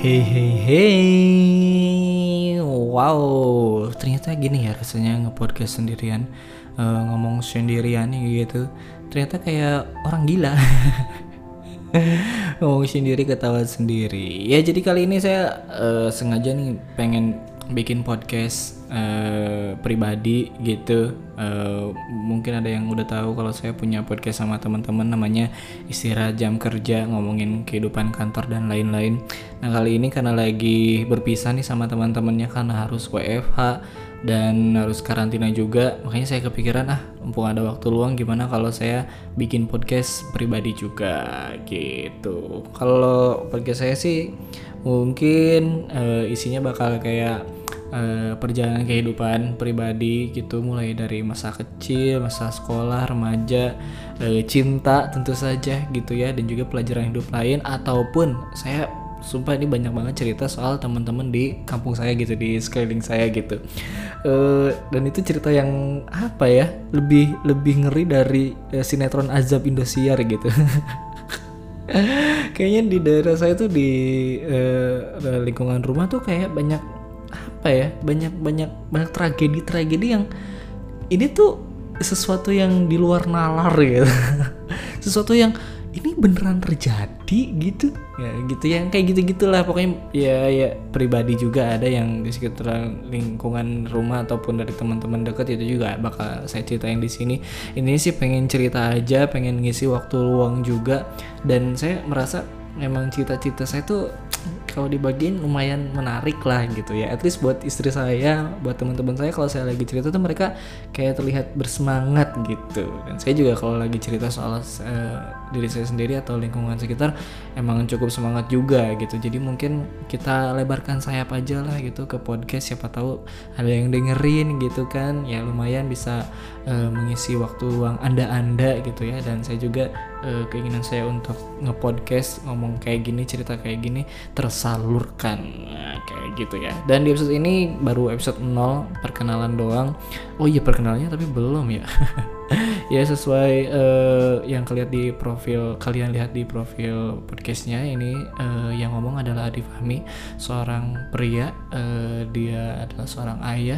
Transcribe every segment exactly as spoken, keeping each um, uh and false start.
Hey hey hey, wow, ternyata gini ya rasanya nge-podcast sendirian, Eh, ngomong sendirian gitu. Ternyata kayak orang gila. Ngomong sendiri ketawa sendiri. Ya jadi kali ini saya eh, sengaja nih pengen bikin podcast eh, pribadi gitu. Eh, mungkin ada yang udah tahu kalau saya punya podcast sama teman-teman namanya Istirahat Jam Kerja, ngomongin kehidupan kantor dan lain-lain. Nah kali ini karena lagi berpisah nih sama teman-temannya karena harus W F H dan harus karantina juga, makanya saya kepikiran ah mumpung ada waktu luang gimana kalau saya bikin podcast pribadi juga gitu. Kalau podcast saya sih mungkin uh, isinya bakal kayak uh, perjalanan kehidupan pribadi gitu, mulai dari masa kecil, masa sekolah, remaja, uh, cinta tentu saja gitu ya, dan juga pelajaran hidup lain, ataupun saya sumpah ini banyak banget cerita soal teman-teman di kampung saya gitu, di sekeliling saya gitu. Uh, dan itu cerita yang apa ya, lebih lebih ngeri dari uh, sinetron Azab Indosiar gitu. Kayaknya di daerah saya tuh di uh, lingkungan rumah tuh kayak banyak apa ya, banyak banyak banyak tragedi-tragedi yang ini tuh sesuatu yang di luar nalar gitu. Sesuatu yang ini beneran terjadi gitu ya, gitu ya, kayak gitu gitulah pokoknya ya. Ya pribadi juga ada yang di sekitar lingkungan rumah ataupun dari teman-teman dekat, itu juga bakal saya ceritain di sini. Ini sih pengen cerita aja, pengen ngisi waktu luang juga, dan saya merasa memang cita-cita saya tuh kalau dibagiin lumayan menarik lah gitu ya, at least buat istri saya, buat teman-teman saya, kalau saya lagi cerita tuh mereka kayak terlihat bersemangat gitu. Dan saya juga kalau lagi cerita soal uh, diri saya sendiri atau lingkungan sekitar emang cukup semangat juga gitu. Jadi mungkin kita lebarkan sayap aja lah gitu ke podcast, siapa tahu ada yang dengerin gitu kan ya, lumayan bisa uh, mengisi waktu luang anda-anda gitu ya. Dan saya juga uh, keinginan saya untuk nge-podcast ngomong kayak gini, cerita kayak gini tersalurkan, nah, kayak gitu ya. Dan di episode ini baru episode nol, perkenalan doang. Oh iya, perkenalannya tapi belum ya. Ya sesuai uh, yang kalian di profil kalian lihat di profil podcastnya ini, uh, yang ngomong adalah Adi Fahmi, seorang pria. Uh, dia adalah seorang ayah.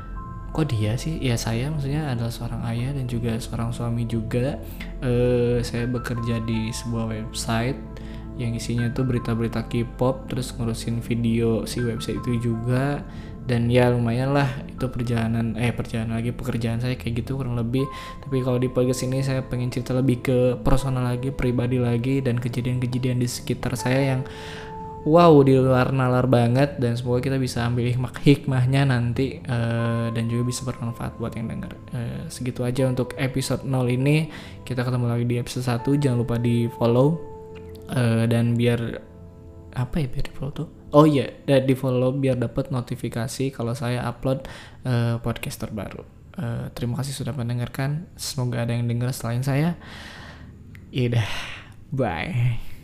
Kok dia sih? Ya saya maksudnya adalah seorang ayah dan juga seorang suami juga. Uh, saya bekerja di sebuah website yang isinya tuh berita-berita K-pop, terus ngurusin video si website itu juga. Dan ya lumayan lah itu perjalanan eh perjalanan lagi pekerjaan saya kayak gitu kurang lebih. Tapi kalau di podcast ini saya pengen cerita lebih ke personal lagi, pribadi lagi, dan kejadian-kejadian di sekitar saya yang wow, di luar nalar banget. Dan semoga kita bisa ambil hikmah hikmahnya nanti, uh, dan juga bisa bermanfaat buat yang denger. Uh, segitu aja untuk episode nol ini. Kita ketemu lagi di episode satu. Jangan lupa di follow. Uh, dan biar apa ya, biar di follow tuh, oh iya, dan di follow biar dapat notifikasi kalau saya upload uh, podcast terbaru. Uh, terima kasih sudah mendengarkan, semoga ada yang dengar selain saya. Yaudah, bye.